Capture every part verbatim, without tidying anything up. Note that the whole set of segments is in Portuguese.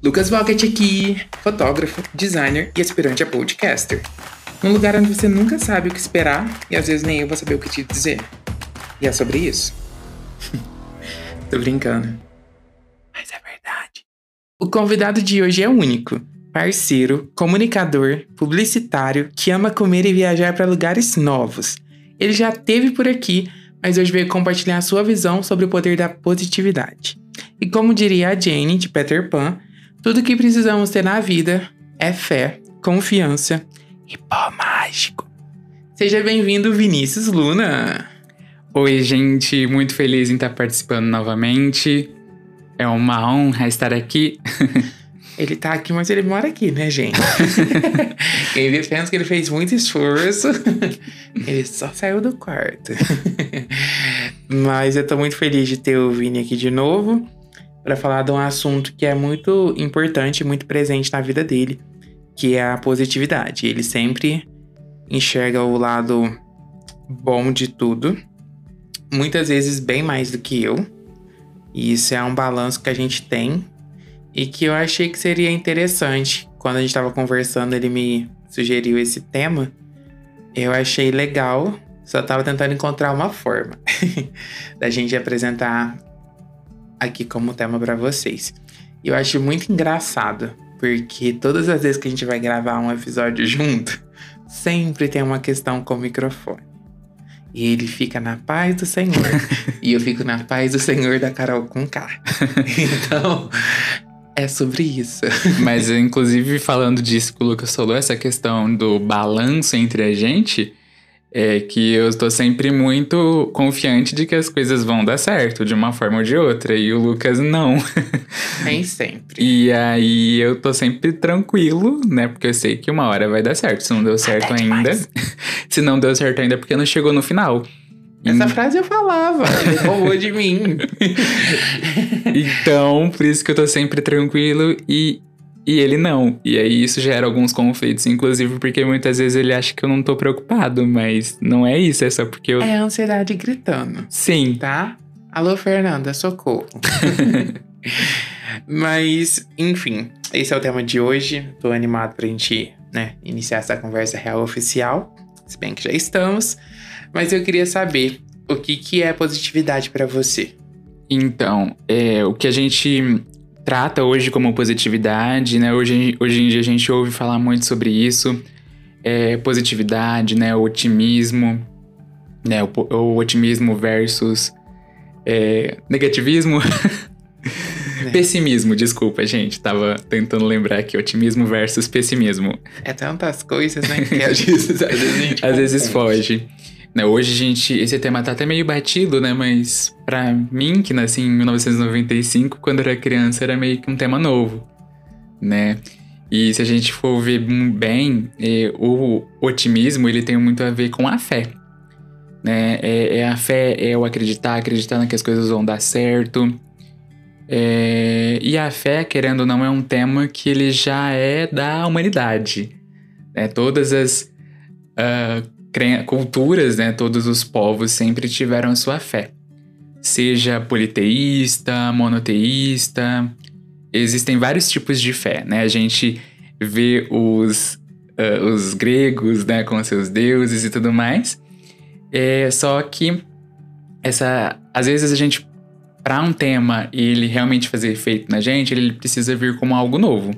Lucas Vogt aqui, fotógrafo, designer e aspirante a podcaster. Um lugar onde você nunca sabe o que esperar e às vezes nem eu vou saber o que te dizer. E é sobre isso. Tô brincando. Mas é verdade. O convidado de hoje é único. Parceiro, comunicador, publicitário, que ama comer e viajar para lugares novos. Ele já esteve por aqui, mas hoje veio compartilhar a sua visão sobre o poder da positividade. E como diria a Jane, de Peter Pan, tudo que precisamos ter na vida é fé, confiança e pó mágico. Seja bem-vindo, Vinícius Luna. Oi, gente, muito feliz em estar participando novamente. É uma honra estar aqui. Ele tá aqui, mas ele mora aqui, né, gente? Ele pensa que ele fez muito esforço. Ele só saiu do quarto. Mas eu tô muito feliz de ter o Vini aqui de novo para falar de um assunto que é muito importante, muito presente na vida dele, que é a positividade. Ele sempre enxerga o lado bom de tudo, muitas vezes bem mais do que eu. E isso é um balanço que a gente tem e que eu achei que seria interessante. Quando a gente estava conversando, ele me sugeriu esse tema. Eu achei legal, só estava tentando encontrar uma forma da gente apresentar aqui como tema para vocês. E eu acho muito engraçado, porque todas as vezes que a gente vai gravar um episódio junto, sempre tem uma questão com o microfone. E ele fica na paz do Senhor. E eu fico na paz do Senhor da Carol com K. Então, é sobre isso. Mas, inclusive, falando disso que o Lucas falou, essa questão do balanço entre a gente, é que eu estou sempre muito confiante de que as coisas vão dar certo, de uma forma ou de outra. E o Lucas não. Nem sempre. E aí eu tô sempre tranquilo, né? Porque eu sei que uma hora vai dar certo. Se não deu certo Até ainda. demais. Se não deu certo ainda, é porque não chegou no final. Essa E... frase eu falava. Ele roubou de mim. Então, por isso que eu tô sempre tranquilo e, e ele não. E aí isso gera alguns conflitos, inclusive porque muitas vezes ele acha que eu não tô preocupado, mas não é isso, é só porque eu... É a ansiedade gritando. Sim. Tá? Alô, Fernanda, socorro. Mas, enfim, esse é o tema de hoje. Tô animado pra gente, né, iniciar essa conversa real oficial. Se bem que já estamos. Mas eu queria saber o que, que é positividade pra você. Então, é, o que a gente trata hoje como positividade, né? Hoje, hoje em dia a gente ouve falar muito sobre isso. É, positividade, né? O otimismo, né? O, o otimismo versus é, negativismo. É. Pessimismo, desculpa, gente. Tava tentando lembrar aqui. Otimismo versus pessimismo. É tantas coisas, né? Que às vezes, às vezes, a gente às vezes foge. Né, hoje, gente, esse tema tá até meio batido, né? Mas pra mim, que nasci em mil novecentos e noventa e cinco, quando eu era criança, era meio que um tema novo, né? E se a gente for ver bem, é, o otimismo, ele tem muito a ver com a fé, né? É, é a fé, é o acreditar, acreditar que as coisas vão dar certo. É, e a fé, querendo ou não, é um tema que ele já é da humanidade, né? Todas as... Uh, culturas, né, todos os povos sempre tiveram a sua fé. Seja politeísta, monoteísta, existem vários tipos de fé, né? A gente vê os, uh, os gregos, né, com seus deuses e tudo mais. É, só que essa, às vezes a gente, para um tema ele realmente fazer efeito na gente, ele precisa vir como algo novo.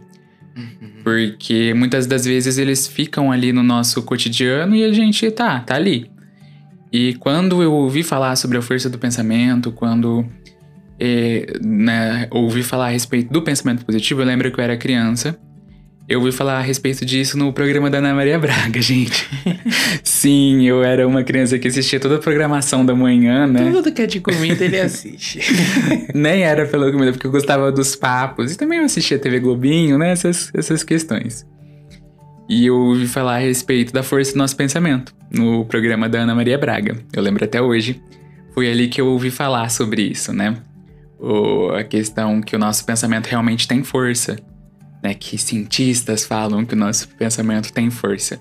Porque muitas das vezes eles ficam ali no nosso cotidiano e a gente tá, tá ali. E quando eu ouvi falar sobre a força do pensamento, quando é, né, ouvi falar a respeito do pensamento positivo, eu lembro que eu era criança. Eu ouvi falar a respeito disso no programa da Ana Maria Braga, gente. Sim, eu era uma criança que assistia toda a programação da manhã, né? Tudo que é de comida ele assiste. Nem era pela comida, porque eu gostava dos papos. E também eu assistia T V Globinho, né? Essas, essas questões. E eu ouvi falar a respeito da força do nosso pensamento no programa da Ana Maria Braga. Eu lembro até hoje. Foi ali que eu ouvi falar sobre isso, né? O, a questão que o nosso pensamento realmente tem força. Né, que cientistas falam que o nosso pensamento tem força.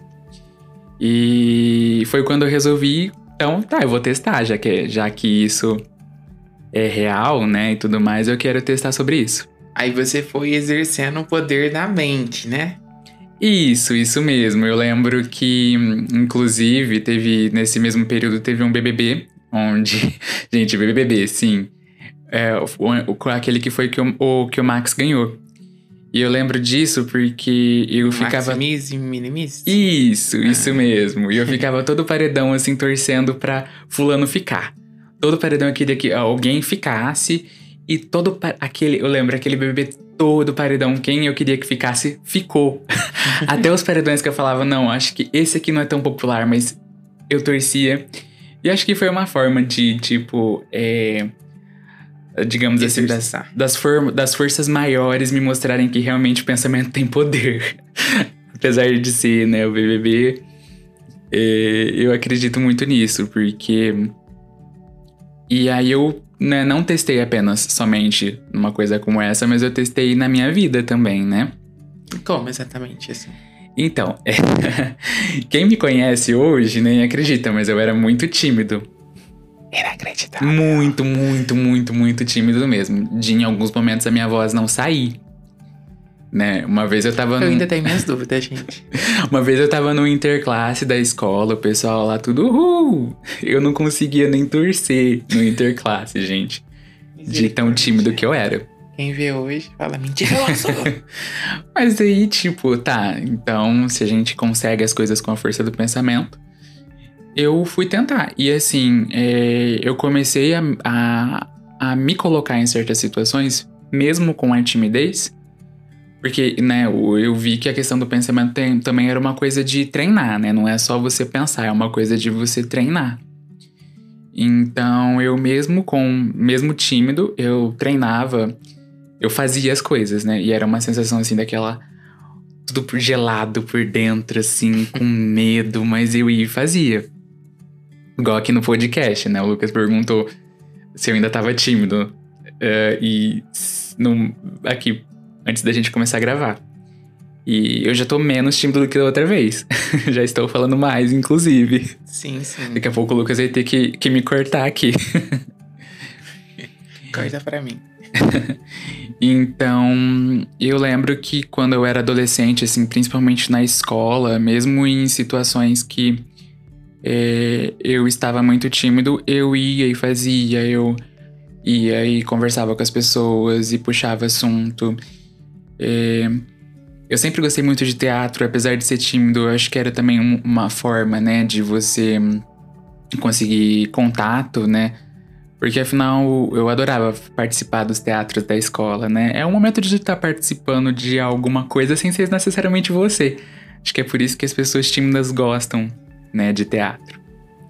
E foi quando eu resolvi, então, tá, eu vou testar, já que, já que isso é real, né, e tudo mais, eu quero testar sobre isso. Aí você foi exercendo o poder da mente, né? Isso, isso mesmo. Eu lembro que, inclusive, teve, nesse mesmo período, teve um B B B, onde... Gente, B B B, sim. É, o, o, aquele que foi que o, o, que o Max ganhou. E eu lembro disso porque eu ficava... Maximize e minimize? Isso, isso ah. mesmo. E eu ficava todo paredão, assim, torcendo pra fulano ficar. Todo paredão eu queria que alguém ficasse. E todo aquele... Eu lembro, aquele B B B todo paredão, quem eu queria que ficasse, ficou. Até os paredões que eu falava, não, acho que esse aqui não é tão popular, mas eu torcia. E acho que foi uma forma de, tipo... É, digamos assim, das, das, for, das forças maiores me mostrarem que realmente o pensamento tem poder. Apesar de ser, né, o B B B, é, eu acredito muito nisso, porque... E aí eu, né, não testei apenas somente numa coisa como essa, mas eu testei na minha vida também, né? Como exatamente assim? Então, é, quem me conhece hoje nem acredita, mas eu era muito tímido. Inacreditável. Muito, muito, muito, muito tímido mesmo. De em alguns momentos a minha voz não sair. Né? Uma vez eu tava... Eu no... ainda tenho minhas dúvidas, gente. Uma vez eu tava no interclasse da escola, o pessoal lá tudo... Uhul! Eu não conseguia nem torcer no interclasse, gente. De tão tímido que eu era. Quem vê hoje fala, mentiroso! Mas aí, tipo, tá... Então, se a gente consegue as coisas com a força do pensamento... Eu fui tentar. E assim, é, eu comecei a, a, a me colocar em certas situações, mesmo com a timidez... Porque, né, eu vi que a questão do pensamento tem, também era uma coisa de treinar, né? Não é só você pensar, é uma coisa de você treinar. Então, eu mesmo com... Mesmo tímido, eu treinava... Eu fazia as coisas, né? E era uma sensação, assim, daquela... Tudo por gelado por dentro, assim, com medo. Mas eu ia e fazia. Igual aqui no podcast, né? O Lucas perguntou se eu ainda tava tímido. Uh, e... No, aqui... Antes da gente começar a gravar. E eu já tô menos tímido do que da outra vez. Já estou falando mais, inclusive. Sim, sim. Daqui a pouco o Lucas vai ter que, que me cortar aqui. Corta pra mim. Então, eu lembro que quando eu era adolescente, assim, principalmente na escola, mesmo em situações que é, eu estava muito tímido, eu ia e fazia, eu ia e conversava com as pessoas e puxava assunto. É, eu sempre gostei muito de teatro, apesar de ser tímido, eu acho que era também um, uma forma, né, de você conseguir contato, né, porque afinal eu adorava participar dos teatros da escola, né, é um momento de estar participando de alguma coisa sem ser necessariamente você. Acho que é por isso que as pessoas tímidas gostam, né, de teatro.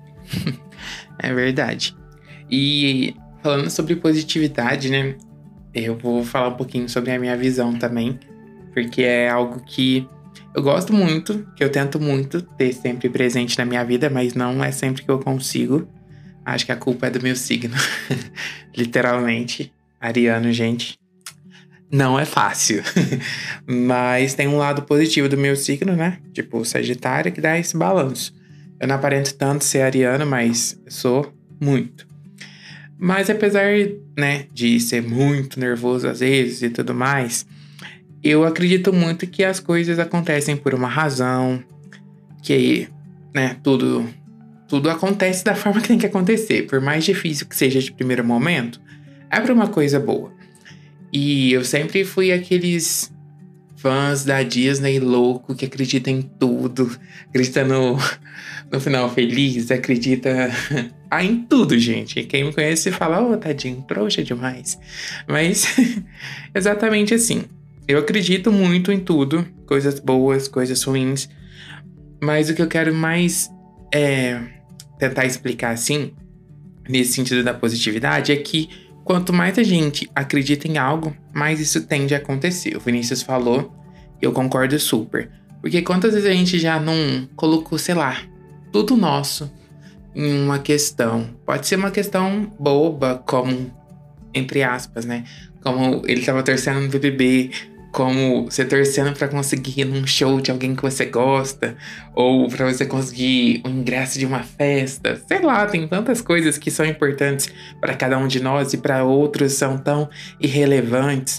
É verdade. E falando sobre positividade, né, eu vou falar um pouquinho sobre a minha visão também, porque é algo que eu gosto muito, que eu tento muito ter sempre presente na minha vida, mas não é sempre que eu consigo. Acho que a culpa é do meu signo, literalmente. Ariano, gente, não é fácil. Mas tem um lado positivo do meu signo, né? Tipo, Sagitário, que dá esse balanço. Eu não aparento tanto ser ariano, mas eu sou muito. Mas apesar, né, de ser muito nervoso às vezes e tudo mais, eu acredito muito que as coisas acontecem por uma razão, que, né, tudo, tudo acontece da forma que tem que acontecer. Por mais difícil que seja de primeiro momento, é pra uma coisa boa. E eu sempre fui aqueles fãs da Disney louco que acredita em tudo, acredita no, no final feliz, acredita ah, em tudo, gente. Quem me conhece fala, ô, oh, tadinho, trouxa demais. Mas exatamente assim. Eu acredito muito em tudo, coisas boas, coisas ruins. Mas o que eu quero mais é tentar explicar assim, nesse sentido da positividade, é que quanto mais a gente acredita em algo, mais isso tende a acontecer. O Vinícius falou, e eu concordo super. Porque quantas vezes a gente já não colocou, sei lá, tudo nosso em uma questão. Pode ser uma questão boba, como, entre aspas, né? Como ele tava torcendo no B B B, como você torcendo pra conseguir ir num show de alguém que você gosta, ou pra você conseguir o ingresso de uma festa. Sei lá, tem tantas coisas que são importantes pra cada um de nós e pra outros são tão irrelevantes.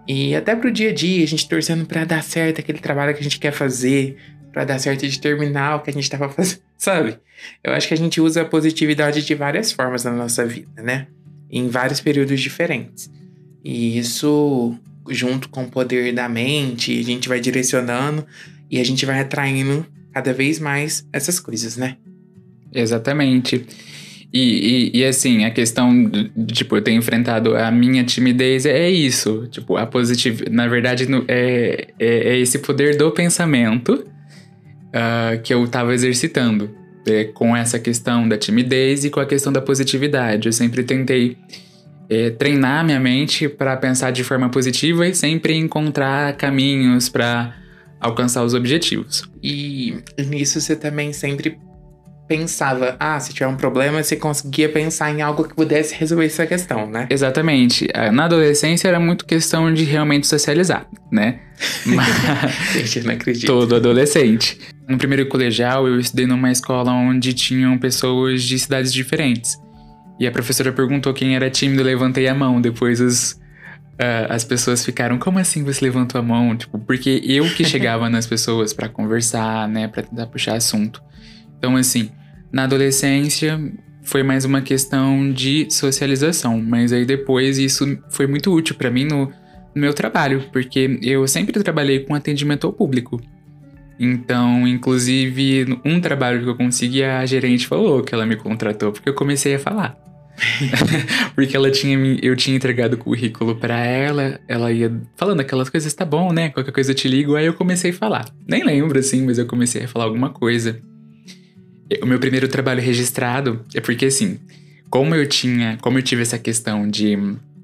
E até pro dia a dia, a gente torcendo pra dar certo aquele trabalho que a gente quer fazer, pra dar certo de terminar o que a gente tava fazendo, sabe? Eu acho que a gente usa a positividade de várias formas na nossa vida, né? Em vários períodos diferentes. E isso, junto com o poder da mente, a gente vai direcionando e a gente vai atraindo cada vez mais essas coisas, né? Exatamente. E, e, e assim, a questão de, tipo, eu ter enfrentado a minha timidez é isso. Tipo, a positividade, na verdade, é, é, é esse poder do pensamento uh, que eu tava exercitando. É, com essa questão da timidez e com a questão da positividade. Eu sempre tentei é, treinar minha mente para pensar de forma positiva e sempre encontrar caminhos para alcançar os objetivos. E nisso você também sempre pensava, ah, se tiver um problema, você conseguia pensar em algo que pudesse resolver essa questão, né? Exatamente. Na adolescência era muito questão de realmente socializar, né? Mas... Gente, eu não acredito. Todo adolescente. No primeiro colegial, eu estudei numa escola onde tinham pessoas de cidades diferentes. E a professora perguntou quem era tímido, eu levantei a mão. Depois os, uh, as pessoas ficaram, como assim você levantou a mão? Tipo, porque eu que chegava nas pessoas pra conversar, né? Pra tentar puxar assunto. Então, assim, na adolescência foi mais uma questão de socialização. Mas aí depois isso foi muito útil pra mim no, no meu trabalho. Porque eu sempre trabalhei com atendimento ao público. Então, inclusive, um trabalho que eu consegui, a gerente falou que ela me contratou. Porque eu comecei a falar. Porque ela tinha, eu tinha entregado o currículo pra ela. Ela ia falando aquelas coisas, tá bom, né? Qualquer coisa eu te ligo. Aí eu comecei a falar. Nem lembro, assim, mas eu comecei a falar alguma coisa. O meu primeiro trabalho registrado é porque, assim, como eu tinha, como eu tive essa questão de,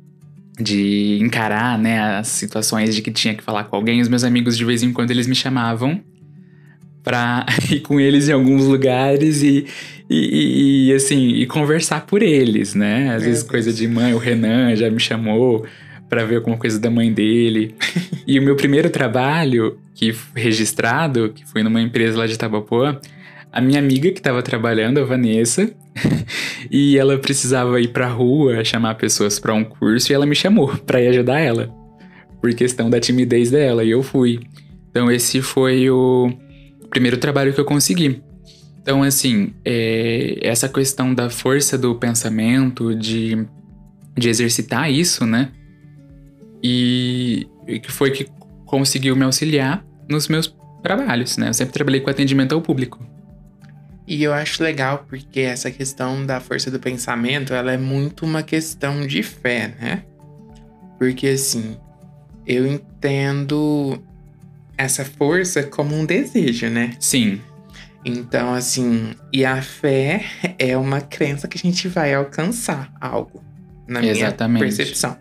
de encarar, né, as situações de que tinha que falar com alguém, os meus amigos, de vez em quando, eles me chamavam pra ir com eles em alguns lugares e, e, e assim, e conversar por eles, né? Às vezes coisa de mãe, o Renan já me chamou pra ver alguma coisa da mãe dele. E o meu primeiro trabalho, que registrado, que foi numa empresa lá de Itabapoã, a minha amiga que tava trabalhando, a Vanessa, e ela precisava ir pra rua, chamar pessoas pra um curso, e ela me chamou pra ir ajudar ela, por questão da timidez dela, e eu fui. Então esse foi o primeiro trabalho que eu consegui. Então, assim, é, essa questão da força do pensamento, de, de exercitar isso, né, e que foi que conseguiu me auxiliar nos meus trabalhos, né, eu sempre trabalhei com atendimento ao público. E eu acho legal porque essa questão da força do pensamento, ela é muito uma questão de fé, né? Porque assim, eu entendo essa força como um desejo, né? Sim. Então assim, e a fé é uma crença que a gente vai alcançar algo, na minha Exatamente. percepção.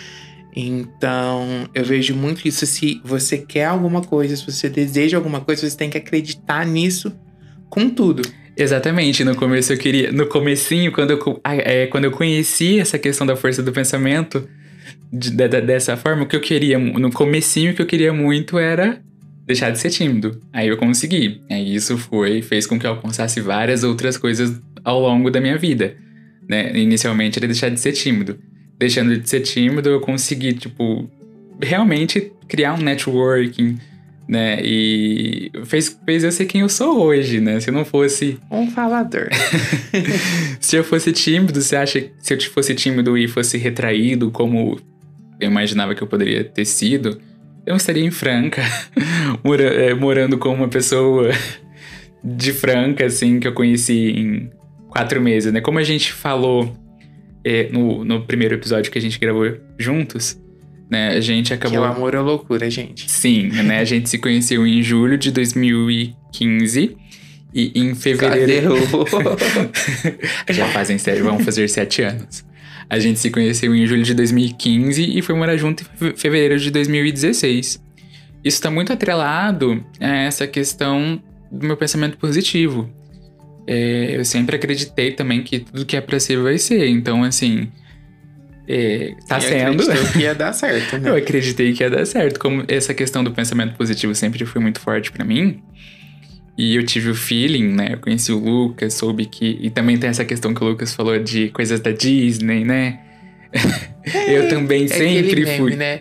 Então, eu vejo muito isso, se você quer alguma coisa, se você deseja alguma coisa, você tem que acreditar nisso com tudo. Exatamente, no começo eu queria, no comecinho, quando eu, é, quando eu conheci essa questão da força do pensamento, de, de, dessa forma, o que eu queria, no comecinho o que eu queria muito era deixar de ser tímido. Aí eu consegui, aí isso foi, fez com que eu alcançasse várias outras coisas ao longo da minha vida, né? Inicialmente era deixar de ser tímido. Deixando de ser tímido, eu consegui, tipo, realmente criar um networking, né, e fez, fez eu ser quem eu sou hoje, né, se eu não fosse... Um falador. Se eu fosse tímido, você acha que se eu fosse tímido e fosse retraído, como eu imaginava que eu poderia ter sido, eu não estaria em Franca, mora, é, morando com uma pessoa de Franca, assim, que eu conheci em quatro meses, né, como a gente falou é, no, no primeiro episódio que a gente gravou juntos, né, a gente acabou... Que o amor é loucura, gente. Sim, né, a gente se conheceu em julho de dois mil e quinze e em fevereiro... Já fazem, sério, vamos fazer sete anos. A gente se conheceu em julho de dois mil e quinze e foi morar junto em fevereiro de dois mil e dezesseis. Isso tá muito atrelado a essa questão do meu pensamento positivo. É, eu sempre acreditei também que tudo que é pra ser vai ser, então assim... É, tá e sendo. Eu acreditei que ia dar certo, né? Eu acreditei que ia dar certo. Como essa questão do pensamento positivo sempre foi muito forte pra mim. E eu tive o feeling, né? Eu conheci o Lucas, soube que... E também tem essa questão que o Lucas falou de coisas da Disney, né? É, eu também é sempre meme, fui... né?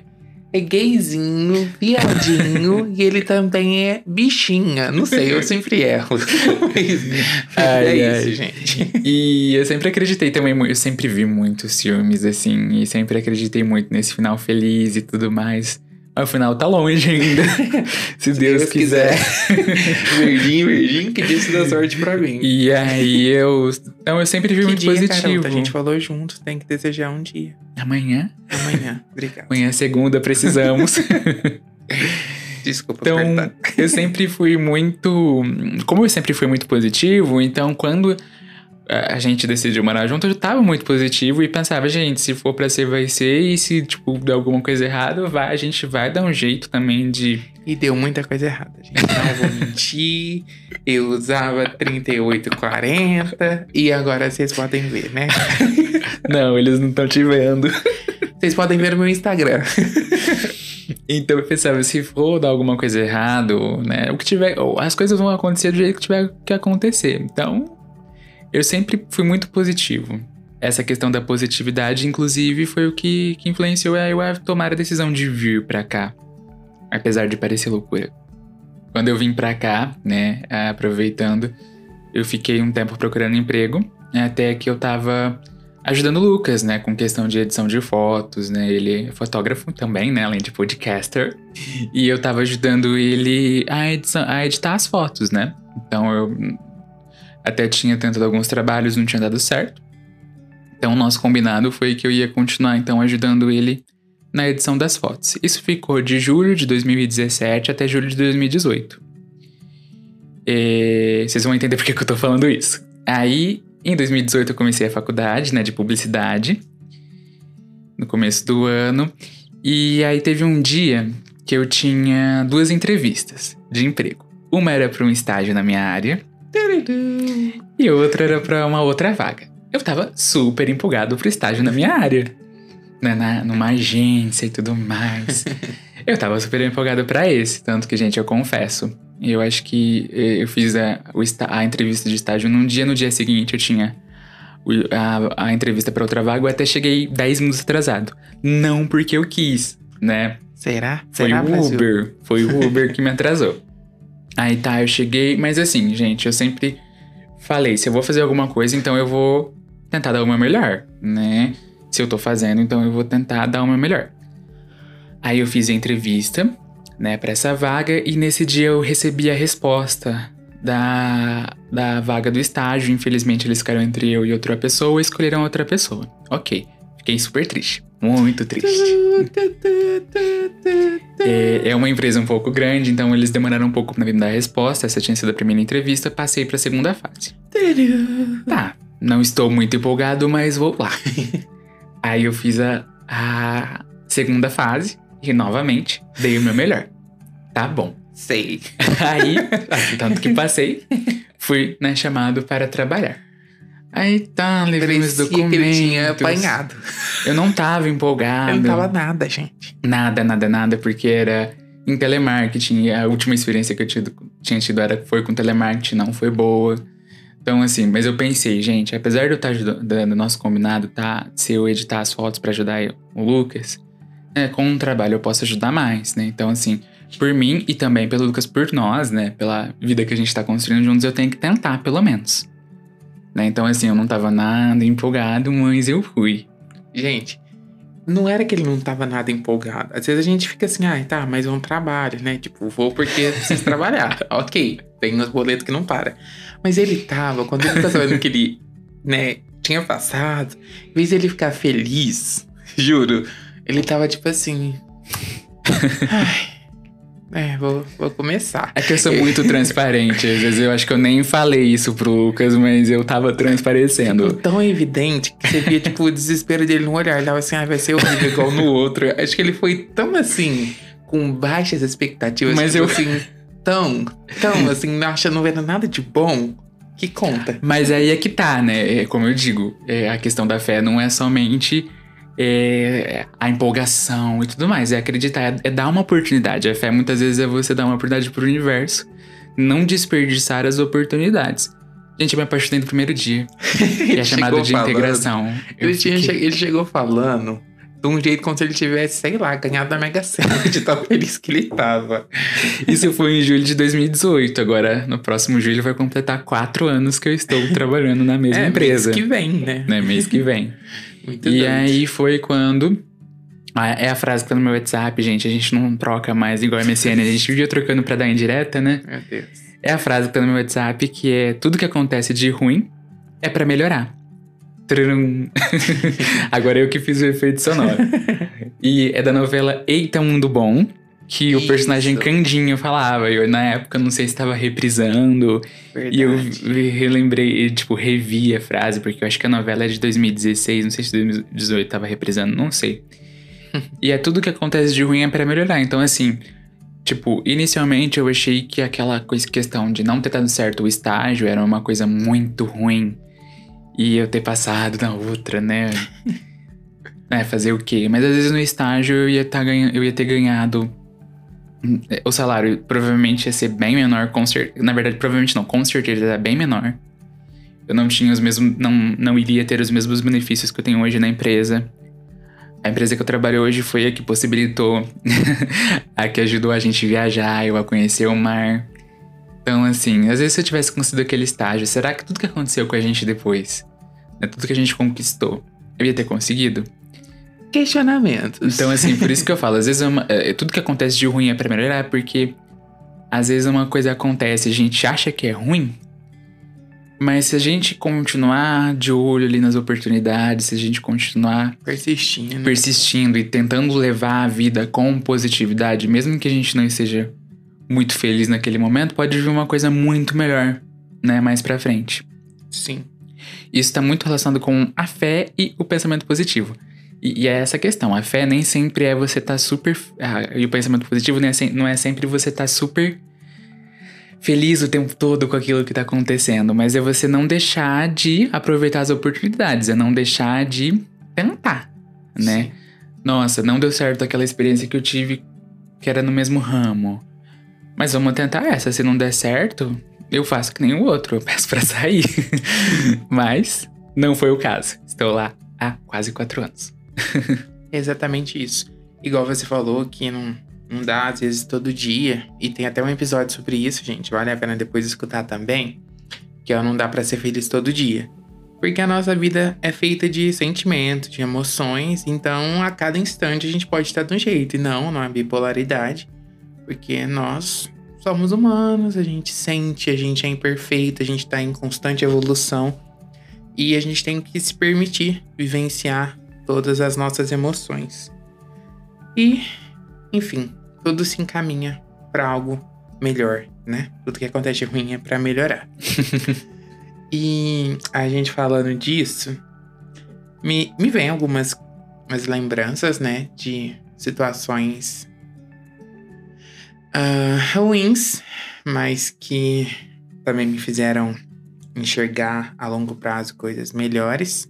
é gayzinho, viadinho e ele também é bichinha. Não sei, eu sempre erro. Mas Ai, é ai. isso, gente. E eu sempre acreditei também, mu- eu sempre vi muitos filmes, assim, e sempre acreditei muito nesse final feliz e tudo mais. Mas o final tá longe ainda, se Deus, Deus quiser. verdinho, verdinho, que Deus dá sorte pra mim. E aí eu. Então eu sempre vi Que muito dia, positivo. Carol? A gente falou junto, tem que desejar um dia. Amanhã? Amanhã, obrigado. Amanhã é segunda, precisamos. Desculpa, Então, perdão. eu sempre fui muito. Como eu sempre fui muito positivo, então quando a gente decidiu morar junto, eu tava muito positivo e pensava, gente, se for pra ser, vai ser, e se, tipo, der alguma coisa errada, vai, a gente vai dar um jeito também de. E deu muita coisa errada, gente. Não vou mentir. Eu usava trinta e oito quarenta e agora vocês podem ver, né? Não, eles não estão te vendo. Vocês podem ver no meu Instagram. Então eu pensava, se for dar alguma coisa errada, né? O que tiver. As coisas vão acontecer do jeito que tiver que acontecer. Então, eu sempre fui muito positivo. Essa questão da positividade, inclusive, foi o que, que influenciou eu a tomar a decisão de vir pra cá. Apesar de parecer loucura. Quando eu vim pra cá, né, aproveitando, eu fiquei um tempo procurando emprego, até que eu tava ajudando o Lucas, né, com questão de edição de fotos, né, ele é fotógrafo também, né, além de podcaster, e eu tava ajudando ele a, edição, a editar as fotos, né, então eu até tinha tentado alguns trabalhos, não tinha dado certo, então o nosso combinado foi que eu ia continuar, então, ajudando ele na edição das fotos. Isso ficou de julho de dois mil e dezessete até julho de dois mil e dezoito. E vocês vão entender por que que eu tô falando isso. Aí, em dois mil e dezoito, eu comecei a faculdade, né, de publicidade, no começo do ano. E aí teve um dia que eu tinha duas entrevistas de emprego. Uma era para um estágio na minha área e outra era para uma outra vaga. Eu tava super empolgado pro estágio na minha área. Na, na, numa agência e tudo mais. Eu tava super empolgado pra esse. Tanto que, gente, eu confesso, eu acho que eu fiz a, o, a entrevista de estágio num dia. No dia seguinte eu tinha a, a entrevista pra outra vaga. Eu até cheguei dez minutos atrasado. Não porque eu quis, né? Será? Foi Será, o Brasil? Uber. Foi o Uber que me atrasou. Aí tá, eu cheguei. Mas assim, gente, eu sempre falei, se eu vou fazer alguma coisa, então eu vou tentar dar o meu melhor, né? Se eu tô fazendo, então eu vou tentar dar o meu melhor. Aí eu fiz a entrevista, né, pra essa vaga. E nesse dia eu recebi a resposta da, da vaga do estágio. Infelizmente eles ficaram entre eu e outra pessoa e escolheram outra pessoa. Ok, fiquei super triste, muito triste. é, é uma empresa um pouco grande, então eles demoraram um pouco pra me dar a resposta. Essa tinha sido a primeira entrevista, passei pra segunda fase. Tá, não estou muito empolgado, mas vou lá. Aí eu fiz a, a segunda fase e novamente dei o meu melhor. Tá bom. Sei. Aí, tanto que passei, fui, né, chamado para trabalhar. Aí tá, levei meus Parecia documentos. que ele tinha apanhado. Eu não tava empolgado. Eu não tava nada, gente. Nada, nada, nada, porque era em telemarketing. E a última experiência que eu tido, tinha tido era, foi com telemarketing, não foi boa. Então, assim, mas eu pensei, gente, apesar de eu estar ajudando, o nosso combinado, tá? Se eu editar as fotos pra ajudar eu, o Lucas, né, com um trabalho eu posso ajudar mais, né? Então, assim, por mim e também pelo Lucas, por nós, né? Pela vida que a gente tá construindo juntos, eu tenho que tentar, pelo menos. Né? Então, assim, eu não tava nada empolgado, mas eu fui. Gente, não era que ele não tava nada empolgado. Às vezes a gente fica assim, ah, tá, mas é um trabalho, né? Tipo, vou porque preciso trabalhar. Ok, tem os boletos que não param. Mas ele tava, quando ele tá sabendo que ele, né, tinha passado, em vez de ele ficar feliz, juro, ele tava tipo assim. Ai, é, vou, vou começar. É que eu sou muito transparente. Às vezes eu acho que eu nem falei isso pro Lucas, mas eu tava transparecendo. Tão evidente que você via, tipo, o desespero dele no olhar. Ele tava assim, ah, vai ser horrível igual no outro. Acho que ele foi tão assim, com baixas expectativas. Mas tipo, eu... assim, tão, tão assim, não achando, não vendo nada de bom. Que conta. Mas aí é que tá, né? É, como eu digo, é, a questão da fé não é somente é, a empolgação e tudo mais. É acreditar, é, é dar uma oportunidade. A fé muitas vezes é você dar uma oportunidade pro universo. Não desperdiçar as oportunidades. Gente, eu me apaixonei no primeiro dia. Que é chamado de falando, integração. Eu Ele, tinha, fiquei... ele chegou falando de um jeito como se ele tivesse, sei lá, ganhado a Mega Sena, de tão feliz que ele tava. Isso foi em julho de dois mil e dezoito. Agora, no próximo julho, vai completar quatro anos que eu estou trabalhando na mesma é, empresa. Mês que vem, né? né? Mês que vem. Muito e doido. aí foi quando... Ah, é a frase que tá no meu WhatsApp, gente. A gente não troca mais igual M S N. A gente vivia trocando pra dar indireta, né? Meu Deus. É a frase que tá no meu WhatsApp, que é: tudo que acontece de ruim é pra melhorar. Trum. Agora eu que fiz o efeito sonoro. E é da novela Eita Mundo Bom, que Isso. o personagem Candinho falava. Eu, na época, não sei se estava reprisando. Verdade. E eu relembrei, tipo, revi a frase, porque eu acho que a novela é de dois mil e dezesseis, não sei se dois mil e dezoito tava reprisando, não sei. E é tudo que acontece de ruim é pra melhorar. Então, assim, tipo, inicialmente eu achei que aquela coisa, questão de não ter dado certo o estágio era uma coisa muito ruim. E eu ter passado na outra, né? é, fazer o quê? Mas às vezes no estágio eu ia, tá ganha... eu ia ter ganhado... O salário provavelmente ia ser bem menor, com cer... na verdade, provavelmente não, com certeza era bem menor. Eu não tinha os mesmos... Não, não iria ter os mesmos benefícios que eu tenho hoje na empresa. A empresa que eu trabalho hoje foi a que possibilitou, a que ajudou a gente viajar, eu a conhecer o mar. Então, assim, às vezes se eu tivesse conseguido aquele estágio, será que tudo que aconteceu com a gente depois, né, tudo que a gente conquistou, eu ia ter conseguido? Questionamentos. Então, assim, por isso que eu falo, às vezes é uma, é, tudo que acontece de ruim é pra melhorar, porque às vezes uma coisa acontece e a gente acha que é ruim, mas se a gente continuar de olho ali nas oportunidades, se a gente continuar Persistindo. persistindo e tentando levar a vida com positividade, mesmo que a gente não esteja muito feliz naquele momento, pode vir uma coisa muito melhor, né, mais pra frente. Sim. Isso tá muito relacionado com a fé e o pensamento positivo. E, e é essa questão, a fé nem sempre é você tá super... Ah, e o pensamento positivo não é, se, não é sempre você tá super feliz o tempo todo com aquilo que tá acontecendo, mas é você não deixar de aproveitar as oportunidades, é não deixar de tentar, né? Sim. Nossa, não deu certo aquela experiência que eu tive que era no mesmo ramo. Mas vamos tentar essa. Se não der certo, eu faço que nem o outro. Eu peço pra sair. Mas não foi o caso. Estou lá há quase quatro anos. Exatamente isso. Igual você falou que não, não dá, às vezes, todo dia. E tem até um episódio sobre isso, gente. Vale a pena depois escutar também. Que é o não dá pra ser feliz todo dia. Porque a nossa vida é feita de sentimentos, de emoções. Então, a cada instante a gente pode estar de um jeito. E não, não é bipolaridade. Porque nós somos humanos, a gente sente, a gente é imperfeito, a gente tá em constante evolução. E a gente tem que se permitir vivenciar todas as nossas emoções. E, enfim, tudo se encaminha pra algo melhor, né? Tudo que acontece de ruim é pra melhorar. E a gente falando disso, me, me vem algumas umas lembranças, né? De situações uh, ruins, mas que também me fizeram enxergar a longo prazo coisas melhores.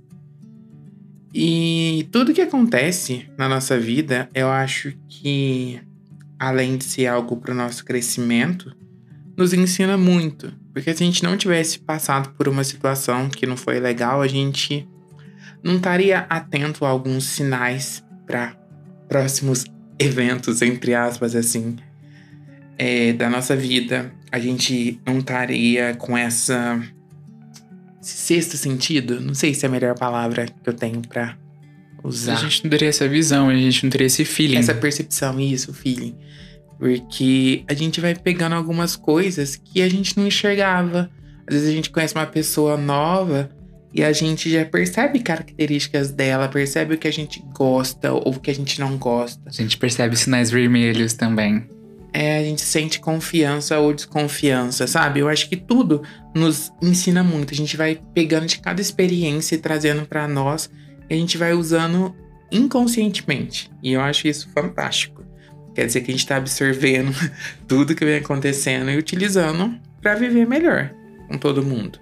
E tudo que acontece na nossa vida, eu acho que, além de ser algo para o nosso crescimento, nos ensina muito. Porque se a gente não tivesse passado por uma situação que não foi legal, a gente não estaria atento a alguns sinais para próximos eventos, entre aspas, assim, é, da nossa vida. A gente não estaria com essa... sexto sentido, não sei se é a melhor palavra que eu tenho pra usar. A gente não teria essa visão, a gente não teria esse feeling. Essa percepção, isso, feeling. Porque a gente vai pegando algumas coisas que a gente não enxergava. Às vezes a gente conhece uma pessoa nova e a gente já percebe características dela, percebe o que a gente gosta ou o que a gente não gosta. A gente percebe sinais vermelhos também. É, a gente sente confiança ou desconfiança, sabe? Eu acho que tudo nos ensina muito. A gente vai pegando de cada experiência e trazendo pra nós. E a gente vai usando inconscientemente. E eu acho isso fantástico. Quer dizer que a gente tá absorvendo tudo que vem acontecendo e utilizando pra viver melhor com todo mundo.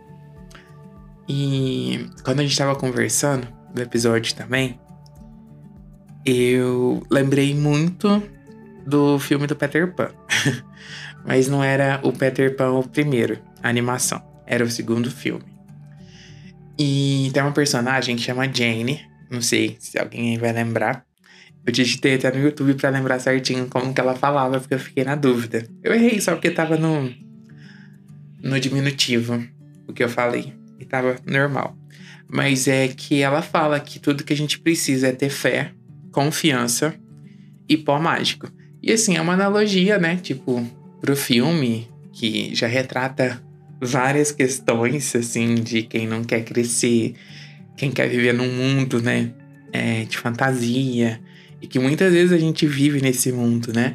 E quando a gente tava conversando do episódio também, eu lembrei muito do filme do Peter Pan. Mas não era o Peter Pan o primeiro, a animação. Era o segundo filme. E tem uma personagem que chama Jane. Não sei se alguém vai lembrar. Eu digitei até no YouTube pra lembrar certinho como que ela falava, porque eu fiquei na dúvida. Eu errei só porque tava no, no diminutivo o que eu falei. E tava normal. Mas é que ela fala que tudo que a gente precisa é ter fé, confiança e pó mágico. E assim, é uma analogia, né? Tipo, pro filme, que já retrata várias questões, assim, de quem não quer crescer, quem quer viver num mundo, né? É, de fantasia. E que muitas vezes a gente vive nesse mundo, né?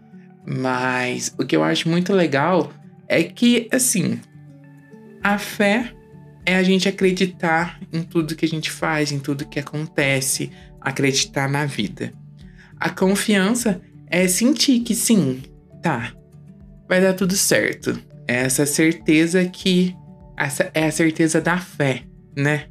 Mas o que eu acho muito legal é que, assim, a fé é a gente acreditar em tudo que a gente faz, em tudo que acontece, acreditar na vida. A confiança é sentir que sim, tá, vai dar tudo certo. É essa certeza que... Essa é a certeza da fé, né?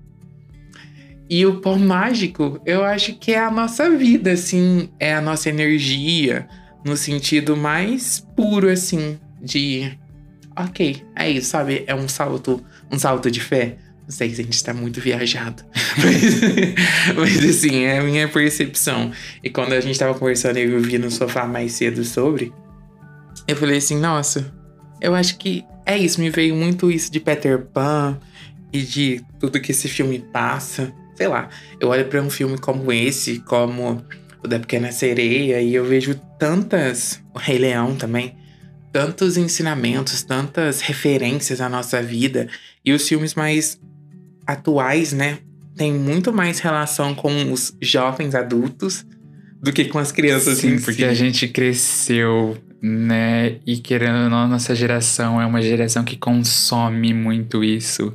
E o pó mágico, eu acho que é a nossa vida, assim, é a nossa energia, no sentido mais puro, assim, de... Ok, é isso, sabe? É um salto, um salto de fé. Não sei se a gente tá muito viajado. Mas, mas assim, é a minha percepção. E quando a gente tava conversando, eu vi no sofá mais cedo sobre, eu falei assim, nossa, eu acho que é isso. Me veio muito isso de Peter Pan e de tudo que esse filme passa. Sei lá, eu olho pra um filme como esse, como o da Pequena Sereia, e eu vejo tantas... O Rei Leão também. Tantos ensinamentos, tantas referências à nossa vida. E os filmes mais atuais, né? Tem muito mais relação com os jovens adultos do que com as crianças. Sim, em porque si. a gente cresceu, né? E querendo ou não, a nossa geração é uma geração que consome muito isso.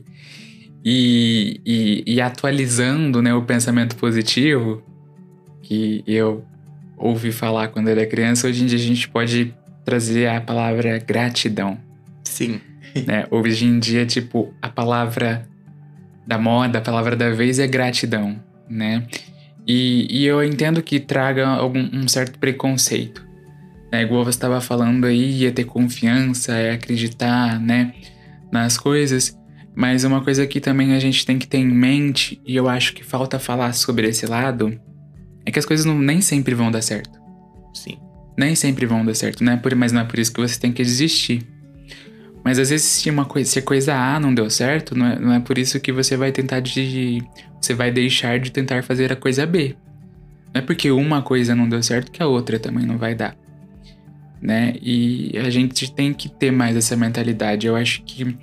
E, e, e atualizando, né, o pensamento positivo, que eu ouvi falar quando era criança, hoje em dia a gente pode trazer a palavra gratidão. Sim. Né? Hoje em dia, tipo, a palavra da moda, a palavra da vez é gratidão, né? E, e eu entendo que traga algum, um certo preconceito. Né? Igual você estava falando aí, é ter confiança, é acreditar, né, nas coisas. Mas uma coisa que também a gente tem que ter em mente, e eu acho que falta falar sobre esse lado, é que as coisas não, nem sempre vão dar certo. Sim. Nem sempre vão dar certo, né? Mas não é por isso que você tem que desistir. Mas às vezes se, uma coisa, se a coisa A não deu certo, não é, não é por isso que você vai tentar de... Você vai deixar de tentar fazer a coisa B. Não é porque uma coisa não deu certo que a outra também não vai dar. Né? E a gente tem que ter mais essa mentalidade. Eu acho que...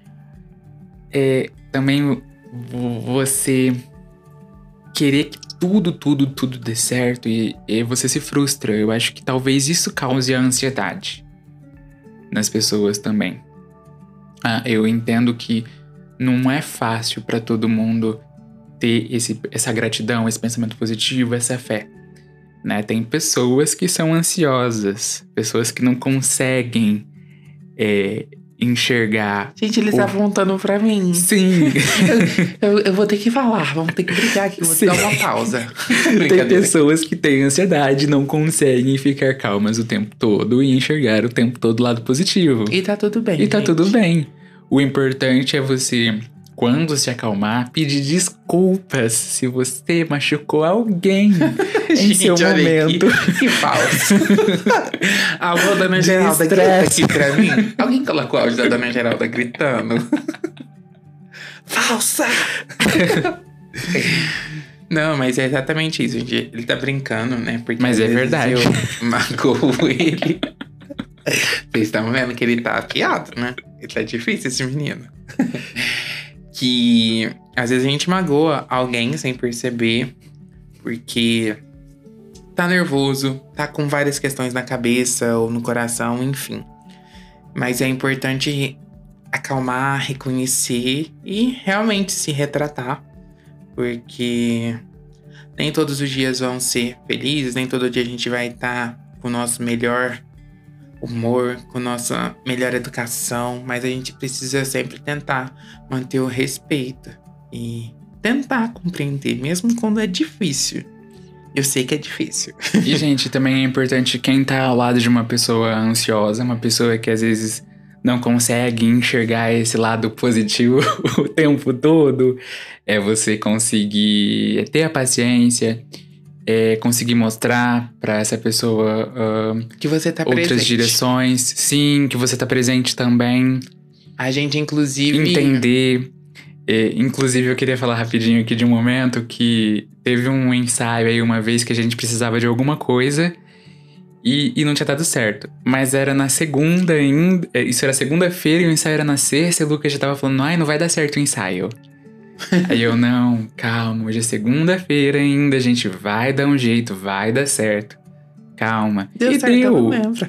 É, também você querer que tudo, tudo, tudo dê certo e, e você se frustra. Eu acho que talvez isso cause a ansiedade nas pessoas também. Ah, eu entendo que não é fácil para todo mundo ter esse, essa gratidão, esse pensamento positivo, essa fé. Né? Tem pessoas que são ansiosas, pessoas que não conseguem é, enxergar. Gente, eles estavam apontando pra mim. Sim. eu, eu, eu vou ter que falar, vamos ter que brigar aqui, vou ter que dar uma pausa. Tem pessoas que têm ansiedade e não conseguem ficar calmas o tempo todo e enxergar o tempo todo o lado positivo. E tá tudo bem, E tá gente. tudo bem. O importante é você, quando se acalmar, pedir desculpas se você machucou alguém em Gente, seu olha momento. Que, que falso. A avó Dona Geralda grita aqui pra mim. Alguém colocou o áudio da Dona Geralda gritando. Falsa! Não, mas é exatamente isso, gente. Ele tá brincando, né? Porque Mas é verdade. Eu magoo ele. Vocês estão vendo que ele tá afiado, né? Ele tá difícil, esse menino. Que às vezes a gente magoa alguém sem perceber, porque tá nervoso, tá com várias questões na cabeça ou no coração, enfim. Mas é importante acalmar, reconhecer e realmente se retratar, porque nem todos os dias vão ser felizes, nem todo dia a gente vai estar com o nosso melhor humor, com nossa melhor educação, mas a gente precisa sempre tentar manter o respeito e tentar compreender, mesmo quando é difícil. Eu sei que é difícil. E, gente, também é importante quem tá ao lado de uma pessoa ansiosa, uma pessoa que às vezes não consegue enxergar esse lado positivo o tempo todo, é você conseguir ter a paciência É, conseguir mostrar pra essa pessoa uh, que você tá outras presente. direções. Sim, que você tá presente também. A gente, inclusive... Entender. É, inclusive, eu queria falar rapidinho aqui de um momento que teve um ensaio aí uma vez que a gente precisava de alguma coisa e, e não tinha dado certo. Mas era na segunda ainda. Isso era segunda-feira e o ensaio era na sexta e o Lucas já tava falando, ai, não vai dar certo o ensaio. Aí eu, não, calma, hoje é segunda-feira ainda, a gente vai dar um jeito, vai dar certo. Calma. Deu e certo, deu. eu não lembro.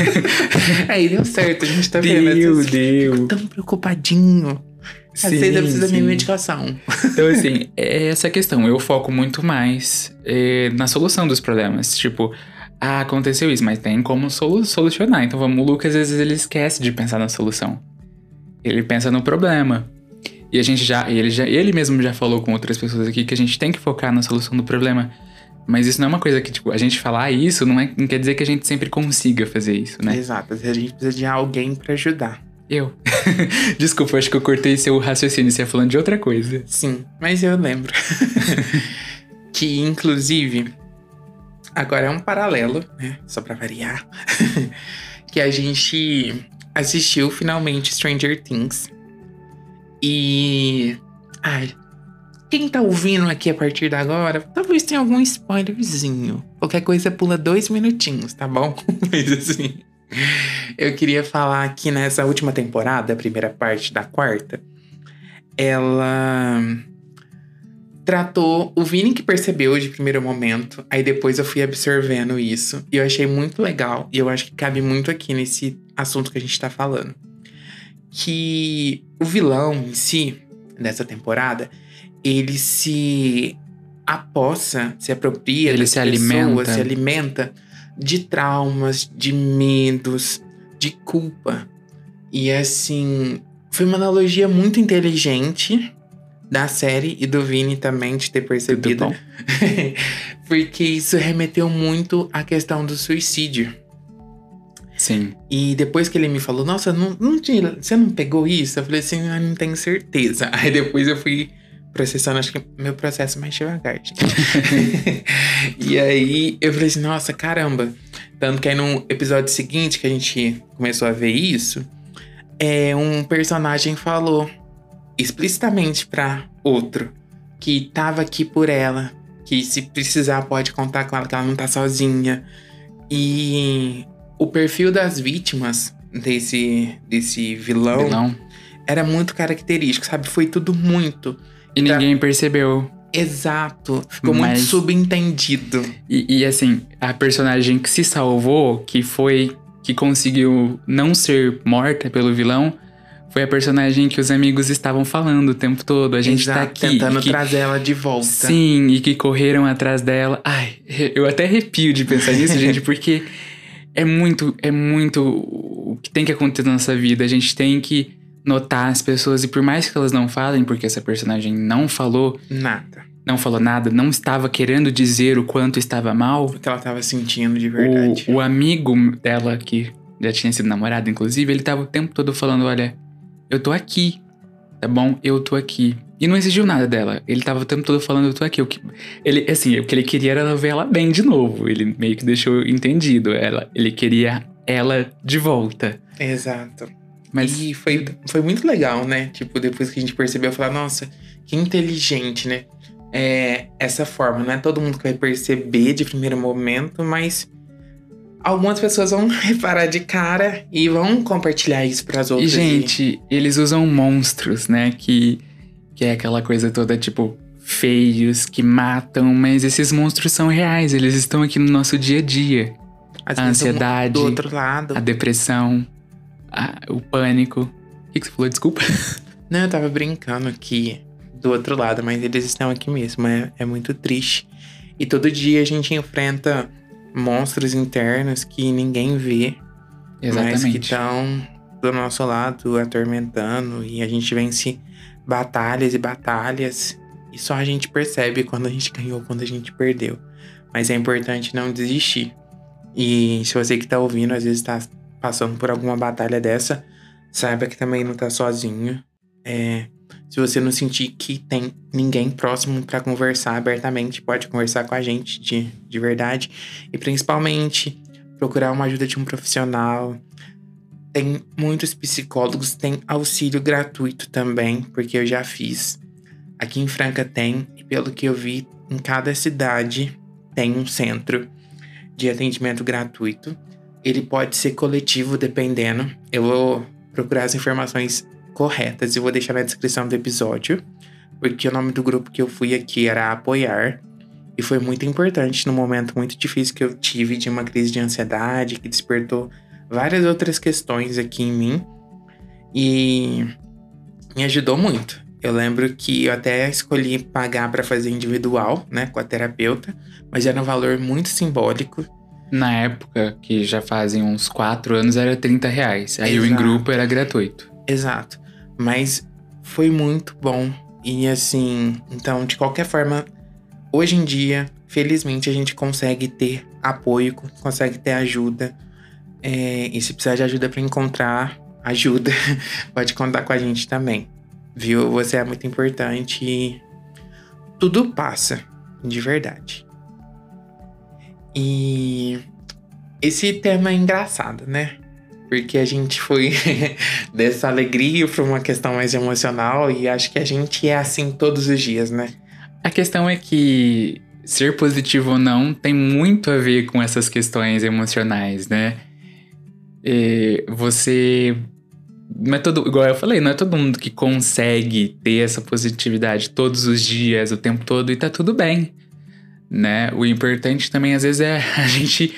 Aí deu certo, a gente tá Deu, vendo. deu. Fico tão preocupadinho. Às Sim, vezes eu preciso da minha sim. medicação. Então, assim, é essa questão. Eu foco muito mais é, na solução dos problemas. Tipo, ah, aconteceu isso, mas tem como solu- solucionar. Então, vamos, o Lucas, às vezes, ele esquece de pensar na solução. Ele pensa no problema. E a gente já, ele já, ele mesmo já falou com outras pessoas aqui que a gente tem que focar na solução do problema. Mas isso não é uma coisa que, tipo, a gente falar isso não, é, não quer dizer que a gente sempre consiga fazer isso, né? Exato, a gente precisa de alguém pra ajudar. Eu. Desculpa, acho que eu cortei seu raciocínio, você ia falando de outra coisa. Sim, mas eu lembro. Que, inclusive, agora é um paralelo, né? Só pra variar. Que a gente assistiu finalmente Stranger Things. E... Ai... Quem tá ouvindo aqui a partir de agora, talvez tenha algum spoilerzinho. Qualquer coisa pula dois minutinhos, tá bom? Mas assim... Eu queria falar que nessa última temporada, a primeira parte da quarta, ela tratou o Vini que percebeu de primeiro momento, aí depois eu fui absorvendo isso, e eu achei muito legal, e eu acho que cabe muito aqui nesse assunto que a gente tá falando. Que o vilão em si, dessa temporada, ele se apossa, se apropria Ele das se pessoas, alimenta. se alimenta de traumas, de medos, de culpa. E assim, foi uma analogia muito inteligente da série e do Vini também de ter percebido. Muito Porque isso remeteu muito à questão do suicídio. Sim. E depois que ele me falou, nossa, não, não tinha, você não pegou isso? Eu falei assim, ah, não tenho certeza. Aí depois eu fui processando, acho que meu processo é mais devagar, gente. E aí eu falei assim, nossa, caramba. Tanto que aí no episódio seguinte que a gente começou a ver isso, é, um personagem falou explicitamente pra outro que tava aqui por ela, que se precisar pode contar com ela, que ela não tá sozinha. E o perfil das vítimas desse, desse vilão, Vilão. era muito característico, sabe? Foi tudo muito... E ninguém percebeu. Exato. Ficou Mas- muito subentendido. E, e, assim, a personagem que se salvou, que foi... Que conseguiu não ser morta pelo vilão, foi a personagem que os amigos estavam falando o tempo todo. A gente Exato, tá aqui. tentando e que, trazer ela de volta. Sim, e que correram atrás dela. Ai, eu até arrepio de pensar nisso, gente, porque é muito, é muito o que tem que acontecer na nossa vida. A gente tem que notar as pessoas, e por mais que elas não falem, porque essa personagem não falou, Nada. não falou nada, não estava querendo dizer o quanto estava mal, O que ela tava sentindo de verdade. o, o amigo dela, que já tinha sido namorado, inclusive, ele tava o tempo todo falando, olha, eu tô aqui, tá bom? Eu tô aqui. E não exigiu nada dela. Ele tava o tempo todo falando, eu tô aqui. O que... Ele, assim, o que ele queria era ver ela bem de novo. Ele meio que deixou entendido. Ela, ele queria ela de volta. Exato. Mas E foi, foi muito legal, né? Tipo, depois que a gente percebeu, falar, nossa, que inteligente, né? É, essa forma, não é todo mundo que vai perceber de primeiro momento, mas algumas pessoas vão reparar de cara e vão compartilhar isso pras E, outras. gente, eles usam monstros, né? Que, que é aquela coisa toda, tipo, feios, que matam. Mas esses monstros são reais. Eles estão aqui no nosso dia a dia. Às A vezes, ansiedade, do outro lado. A depressão, a- o pânico. O que, que você falou? Desculpa. Não, eu tava brincando aqui do outro lado, mas eles estão aqui mesmo. É, é muito triste. E todo dia a gente enfrenta monstros internos que ninguém vê, mas que Exatamente. estão do nosso lado, atormentando. E a gente vence batalhas e batalhas. E só a gente percebe quando a gente ganhou, quando a gente perdeu. Mas é importante não desistir. E se você que tá ouvindo, às vezes tá passando por alguma batalha dessa, saiba que também não tá sozinho. É, Se você não sentir que tem ninguém próximo para conversar abertamente, pode conversar com a gente de, de verdade. E principalmente, procurar uma ajuda de um profissional. Tem muitos psicólogos, tem auxílio gratuito também, porque eu já fiz. Aqui em Franca tem, e pelo que eu vi, em cada cidade tem um centro de atendimento gratuito. Ele pode ser coletivo, dependendo. Eu vou procurar as informações corretas e vou deixar na descrição do episódio, porque o nome do grupo que eu fui aqui era Apoiar, e foi muito importante num momento muito difícil que eu tive de uma crise de ansiedade, que despertou várias outras questões aqui em mim, e me ajudou muito. Eu lembro que eu até escolhi pagar para fazer individual, né, com a terapeuta, mas era um valor muito simbólico. Na época, que já fazem uns quatro anos, era trinta reais. Aí Exato. o em grupo era gratuito. Exato. Mas foi muito bom. E assim, então, de qualquer forma, hoje em dia, felizmente, a gente consegue ter apoio, consegue ter ajuda. É, e se precisar de ajuda para encontrar ajuda, pode contar com a gente também. Viu? Você é muito importante e tudo passa, de verdade. E esse tema é engraçado, né? Porque a gente foi dessa alegria para uma questão mais emocional e acho que a gente é assim todos os dias, né? A questão é que ser positivo ou não tem muito a ver com essas questões emocionais, né? E você... Não é todo, igual eu falei, não é todo mundo que consegue ter essa positividade todos os dias, o tempo todo, e tá tudo bem, né? O importante também, às vezes, é a gente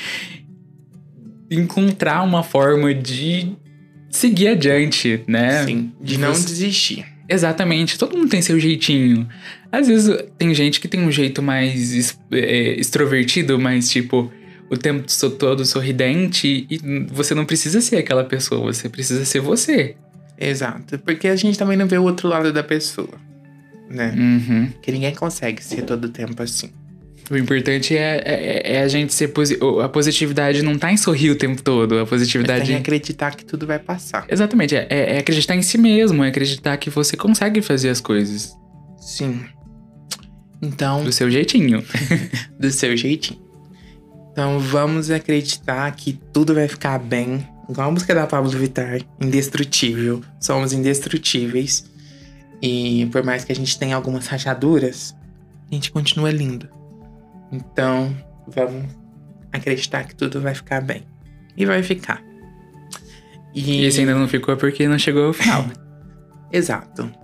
encontrar uma forma de seguir adiante, né? Sim, de não Você... desistir. Exatamente, todo mundo tem seu jeitinho. Às vezes tem gente que tem um jeito mais é, extrovertido, mas tipo, o tempo todo sorridente, e você não precisa ser aquela pessoa, você precisa ser você. Exato, porque a gente também não vê o outro lado da pessoa, né? Uhum. Que ninguém consegue ser todo o tempo assim. O importante é, é, é a gente ser positivo. A positividade não tá em sorrir o tempo todo. A positividade. Tem que acreditar que tudo vai passar. Exatamente. É, é acreditar em si mesmo. É acreditar que você consegue fazer as coisas. Sim. Então. Do seu jeitinho. Do seu jeitinho. Então vamos acreditar que tudo vai ficar bem. Igual a música da Pablo Vittar. Indestrutível. Somos indestrutíveis. E por mais que a gente tenha algumas rachaduras, a gente continua lindo. Então, vamos acreditar que tudo vai ficar bem. E vai ficar. E, e esse ainda não ficou porque não chegou ao final. Exato.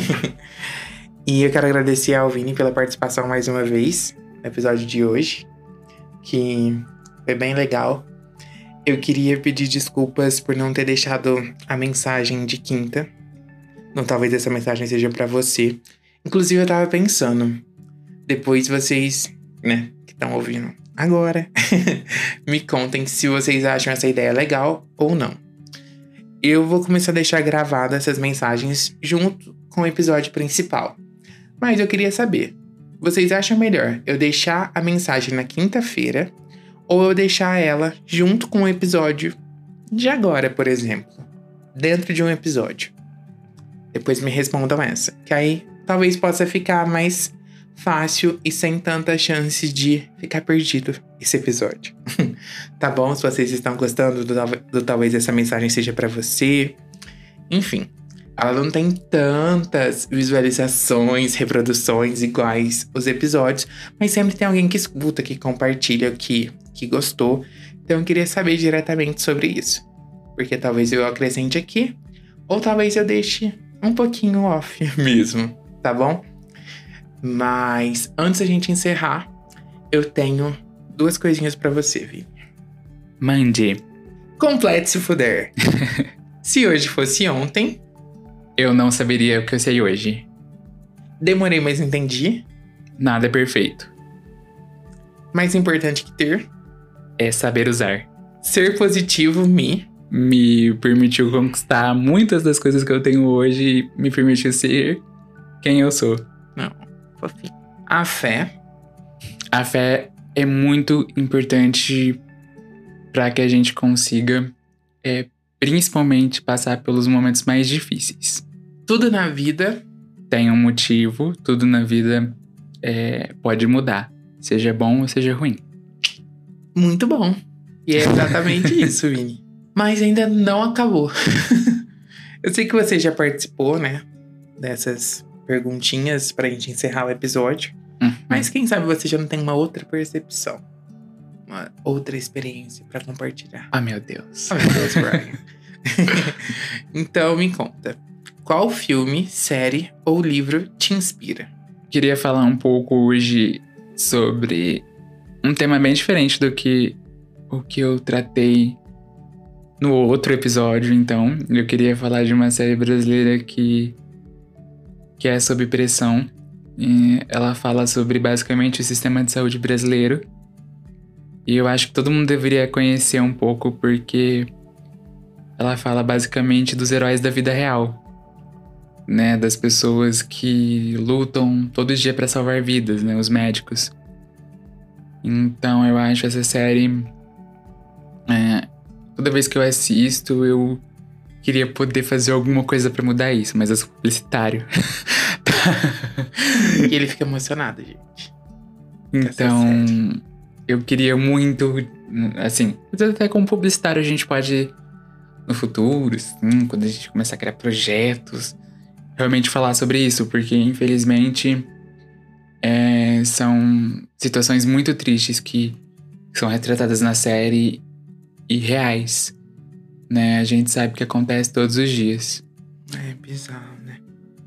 E eu quero agradecer ao Vini pela participação mais uma vez no episódio de hoje, que foi bem legal. Eu queria pedir desculpas por não ter deixado a mensagem de quinta. Não, talvez essa mensagem seja pra você. Inclusive, eu tava pensando, depois vocês... né, que estão ouvindo agora, me contem se vocês acham essa ideia legal ou não. Eu vou começar a deixar gravadas essas mensagens junto com o episódio principal. Mas eu queria saber, vocês acham melhor eu deixar a mensagem na quinta-feira ou eu deixar ela junto com o episódio de agora, por exemplo, dentro de um episódio? Depois me respondam essa, que aí talvez possa ficar mais fácil e sem tanta chance de ficar perdido esse episódio. Tá bom? Se vocês estão gostando do, do talvez essa mensagem seja pra você. Enfim, ela não tem tantas visualizações, reproduções iguais os episódios, mas sempre tem alguém que escuta, que compartilha, que, que gostou. Então eu queria saber diretamente sobre isso. Porque talvez eu acrescente aqui, ou talvez eu deixe um pouquinho off mesmo, tá bom? Mas antes da gente encerrar, eu tenho duas coisinhas pra você, Vi. Mande. Complete se puder. Se hoje fosse ontem... eu não saberia o que eu sei hoje. Demorei, mas entendi. Nada é perfeito. Mais importante que ter... é saber usar. Ser positivo me... me permitiu conquistar muitas das coisas que eu tenho hoje e me permitiu ser quem eu sou. Não, fofinho. A fé... A fé é muito importante para que a gente consiga, é, principalmente, passar pelos momentos mais difíceis. Tudo na vida tem um motivo, tudo na vida é, pode mudar. Seja bom ou seja ruim. Muito bom. E é exatamente isso, Vini. Mas ainda não acabou. Eu sei que você já participou, né? Dessas perguntinhas pra gente encerrar o episódio. Hum. Mas quem sabe você já não tem uma outra percepção. Uma outra experiência pra compartilhar. Ah, meu Deus. Oh, meu Deus, Brian. Então, me conta. Qual filme, série ou livro te inspira? Queria falar um pouco hoje sobre um tema bem diferente do que o que eu tratei no outro episódio. Então, eu queria falar de uma série brasileira que, que é sobre pressão. E ela fala sobre basicamente o sistema de saúde brasileiro. E eu acho que todo mundo deveria conhecer um pouco, porque ela fala basicamente dos heróis da vida real, né? Das pessoas que lutam todo dia pra salvar vidas, né? Os médicos. Então eu acho essa série... É, toda vez que eu assisto, eu queria poder fazer alguma coisa pra mudar isso, mas eu sou publicitário. E ele fica emocionado, gente. Então, eu queria muito... Assim, até como publicitário a gente pode... No futuro, assim, quando a gente começar a criar projetos, realmente falar sobre isso, porque infelizmente é, são situações muito tristes que são retratadas na série e reais, né? A gente sabe que acontece todos os dias. É bizarro, né?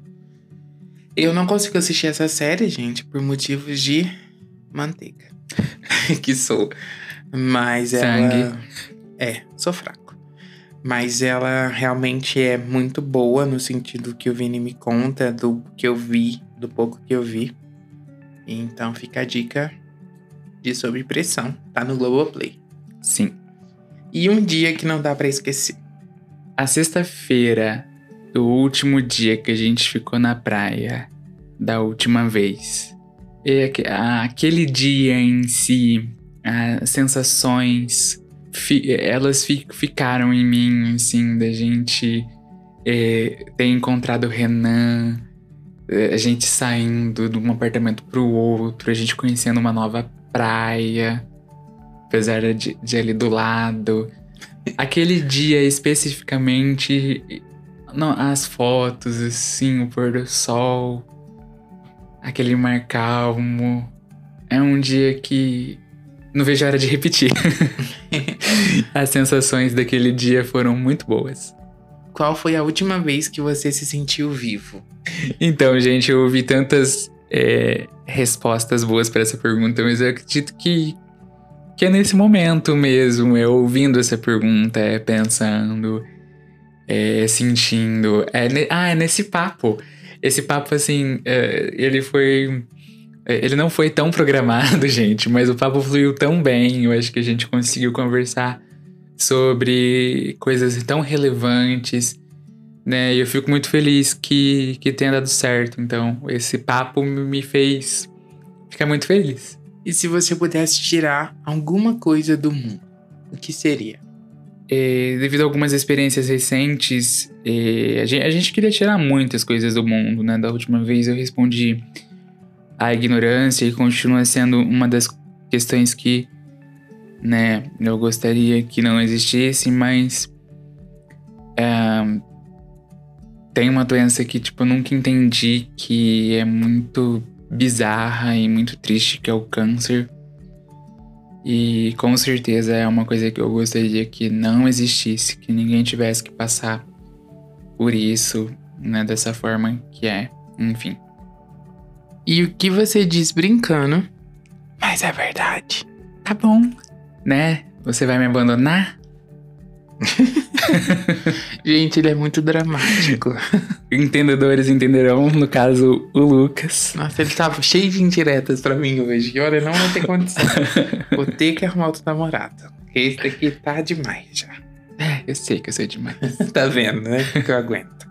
Eu não consigo assistir essa série, gente, por motivos de manteiga. Que sou. Mas Sangue. ela... É, sou fraco. Mas ela realmente é muito boa no sentido que o Vini me conta, do que eu vi, do pouco que eu vi. Então fica a dica de Sob Pressão, tá no Globoplay. Sim. E um dia que não dá pra esquecer. A sexta-feira do último dia que a gente ficou na praia, da última vez. E aquele dia em si, as sensações... Elas ficaram em mim, assim, da gente é, ter encontrado o Renan, a gente saindo de um apartamento pro outro, a gente conhecendo uma nova praia, apesar de, de ali do lado. Aquele dia especificamente, não, as fotos, assim, o pôr do sol, aquele mar calmo, é um dia que não vejo a hora de repetir. As sensações daquele dia foram muito boas. Qual foi a última vez que você se sentiu vivo? Então, gente, eu ouvi tantas é, respostas boas para essa pergunta, mas eu acredito que, que é nesse momento mesmo, é ouvindo essa pergunta, é pensando, é sentindo. É ne- ah, é nesse papo. Esse papo, assim, é, ele foi... Ele não foi tão programado, gente, mas o papo fluiu tão bem. Eu acho que a gente conseguiu conversar sobre coisas tão relevantes, né? E eu fico muito feliz que, que tenha dado certo. Então, esse papo me fez ficar muito feliz. E se você pudesse tirar alguma coisa do mundo, o que seria? É, devido a algumas experiências recentes, é, a, gente, a gente queria tirar muitas coisas do mundo, né? Da última vez eu respondi a ignorância e continua sendo uma das questões que, né, eu gostaria que não existisse, mas é, tem uma doença que, tipo, eu nunca entendi, que é muito bizarra e muito triste, que é o câncer. E com certeza é uma coisa que eu gostaria que não existisse, que ninguém tivesse que passar por isso, né, dessa forma que é, enfim. E o que você diz brincando, mas é verdade. Tá bom, né? Você vai me abandonar? Gente, ele é muito dramático. Entendedores entenderão, no caso, o Lucas. Nossa, ele tava cheio de indiretas pra mim hoje. E olha, não vai ter condição. Vou ter que arrumar outro namorado. Porque esse daqui tá demais já. É, eu sei que eu sei demais. Tá vendo, né? Que eu aguento.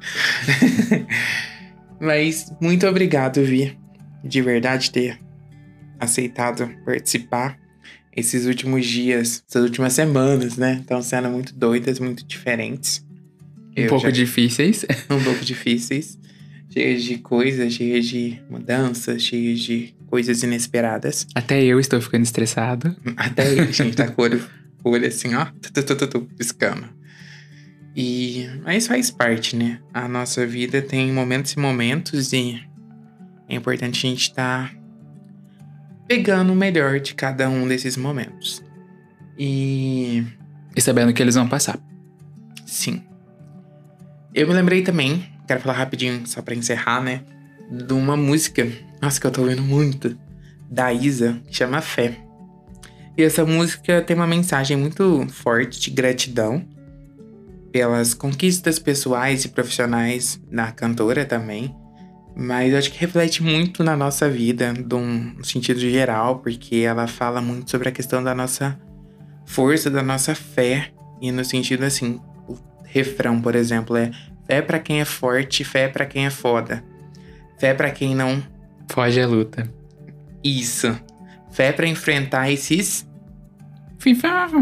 Mas muito obrigado, Vi. De verdade ter aceitado participar. Esses últimos dias, essas últimas semanas, né? Estão sendo muito doidas, muito diferentes. Um Eu pouco já... difíceis. Um pouco difíceis. cheias de coisas, cheias de mudanças, cheias de coisas inesperadas. Até eu estou ficando estressado. Até ele, gente, tá com o olho, o olho assim, ó, tu, tu, tu, tu, piscando. E, mas faz parte, né? A nossa vida tem momentos e momentos e é importante a gente estar tá pegando o melhor de cada um desses momentos. E... E sabendo que eles vão passar. Sim. Eu me lembrei também, quero falar rapidinho, só pra encerrar, né? De uma música, nossa, que eu tô ouvindo muito, da Isa, que chama Fé. E essa música tem uma mensagem muito forte de gratidão pelas conquistas pessoais e profissionais da cantora também. Mas eu acho que reflete muito na nossa vida, de um sentido geral, porque ela fala muito sobre a questão da nossa força, da nossa fé. E no sentido assim, o refrão, por exemplo, é fé pra quem é forte, fé pra quem é foda. Fé pra quem não... Foge à luta. Isso. Fé pra enfrentar esses... Enfim.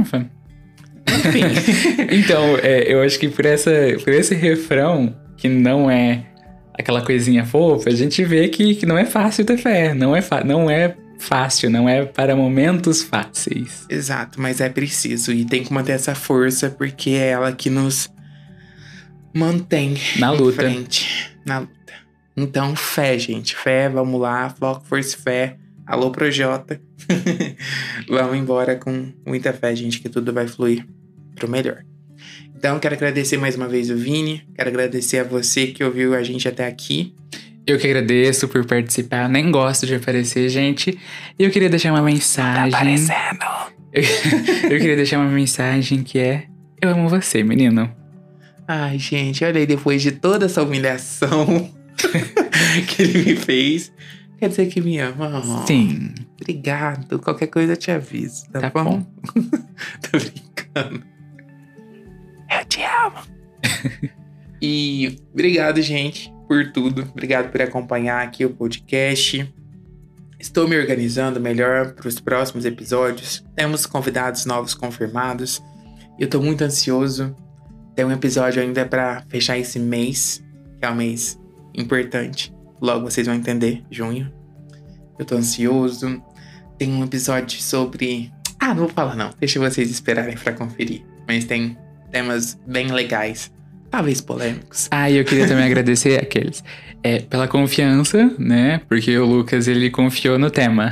Então, é, eu acho que por, essa, por esse refrão, que não é aquela coisinha fofa, a gente vê que, que não é fácil ter fé. Não é, não é fácil, não é para momentos fáceis. Exato, mas é preciso. E tem que manter essa força, porque é ela que nos mantém na luta. Em frente, na luta. Então, fé, gente. Fé, vamos lá. Foco, força, fé. Alô, Projota. Vamos embora com muita fé, gente, que tudo vai fluir pro melhor. Então, quero agradecer mais uma vez o Vini. Quero agradecer a você que ouviu a gente até aqui. Eu que agradeço por participar. Nem gosto de aparecer, gente. E eu queria deixar uma mensagem. Tá aparecendo. Eu, eu queria deixar uma mensagem que é: eu amo você, menino. Ai, gente, olha aí, depois de toda essa humilhação que ele me fez, quer dizer que me ama? Oh, sim. Obrigado. Qualquer coisa eu te aviso, tá, tá bom? bom. Tô brincando. Eu te amo. E obrigado, gente, por tudo. Obrigado por acompanhar aqui o podcast. Estou me organizando melhor para os próximos episódios. Temos convidados novos confirmados. Eu tô muito ansioso. Tem um episódio ainda para fechar esse mês, que é um mês importante. Logo vocês vão entender, junho. Eu tô ansioso. Tem um episódio sobre... Ah, não vou falar não. Deixa vocês esperarem pra conferir. Mas tem temas bem legais. Talvez polêmicos. Ah, e eu queria também agradecer aqueles. É, pela confiança, né? Porque o Lucas, ele confiou no tema.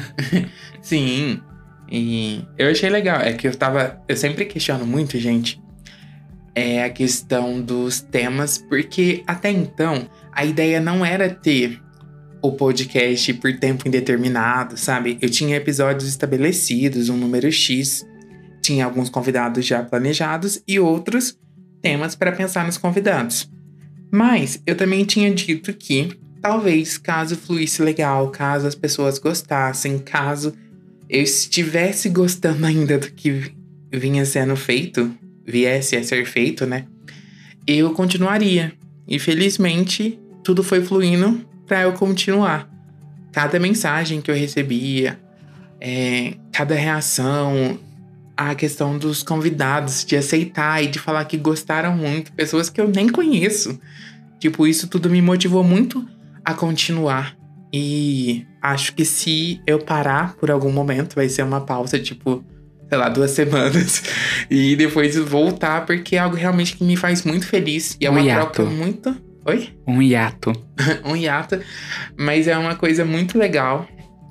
Sim. E eu achei legal. É que eu tava... Eu sempre questiono muito, gente. É a questão dos temas. Porque até então, a ideia não era ter o podcast por tempo indeterminado, sabe? Eu tinha episódios estabelecidos, um número X. Tinha alguns convidados já planejados e outros temas para pensar nos convidados. Mas eu também tinha dito que, talvez, caso fluísse legal, caso as pessoas gostassem, caso eu estivesse gostando ainda do que vinha sendo feito, viesse a ser feito, né? Eu continuaria. E felizmente, tudo foi fluindo para eu continuar. Cada mensagem que eu recebia, é, cada reação, a questão dos convidados, de aceitar e de falar que gostaram muito, pessoas que eu nem conheço. Tipo, isso tudo me motivou muito a continuar. E acho que se eu parar por algum momento, vai ser uma pausa, tipo, sei lá, duas semanas. E depois voltar, porque é algo realmente que me faz muito feliz. E é uma troca muito... Oi? Um hiato. um hiato. Mas é uma coisa muito legal.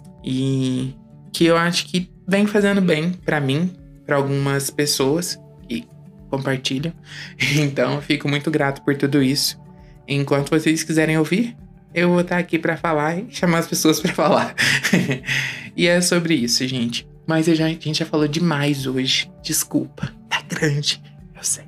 E que eu acho que vem fazendo bem pra mim, pra algumas pessoas que compartilham. Então, eu fico muito grato por tudo isso. Enquanto vocês quiserem ouvir, eu vou estar aqui pra falar e chamar as pessoas pra falar. E é sobre isso, gente. Mas eu já, a gente já falou demais hoje. Desculpa. Tá grande, eu sei.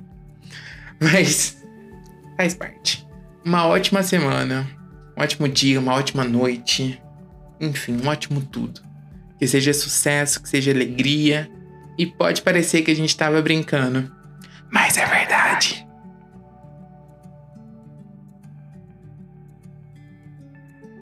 Mas faz parte. Uma ótima semana. Um ótimo dia, uma ótima noite. Enfim, um ótimo tudo. Que seja sucesso, que seja alegria. E pode parecer que a gente tava brincando. Mas é verdade.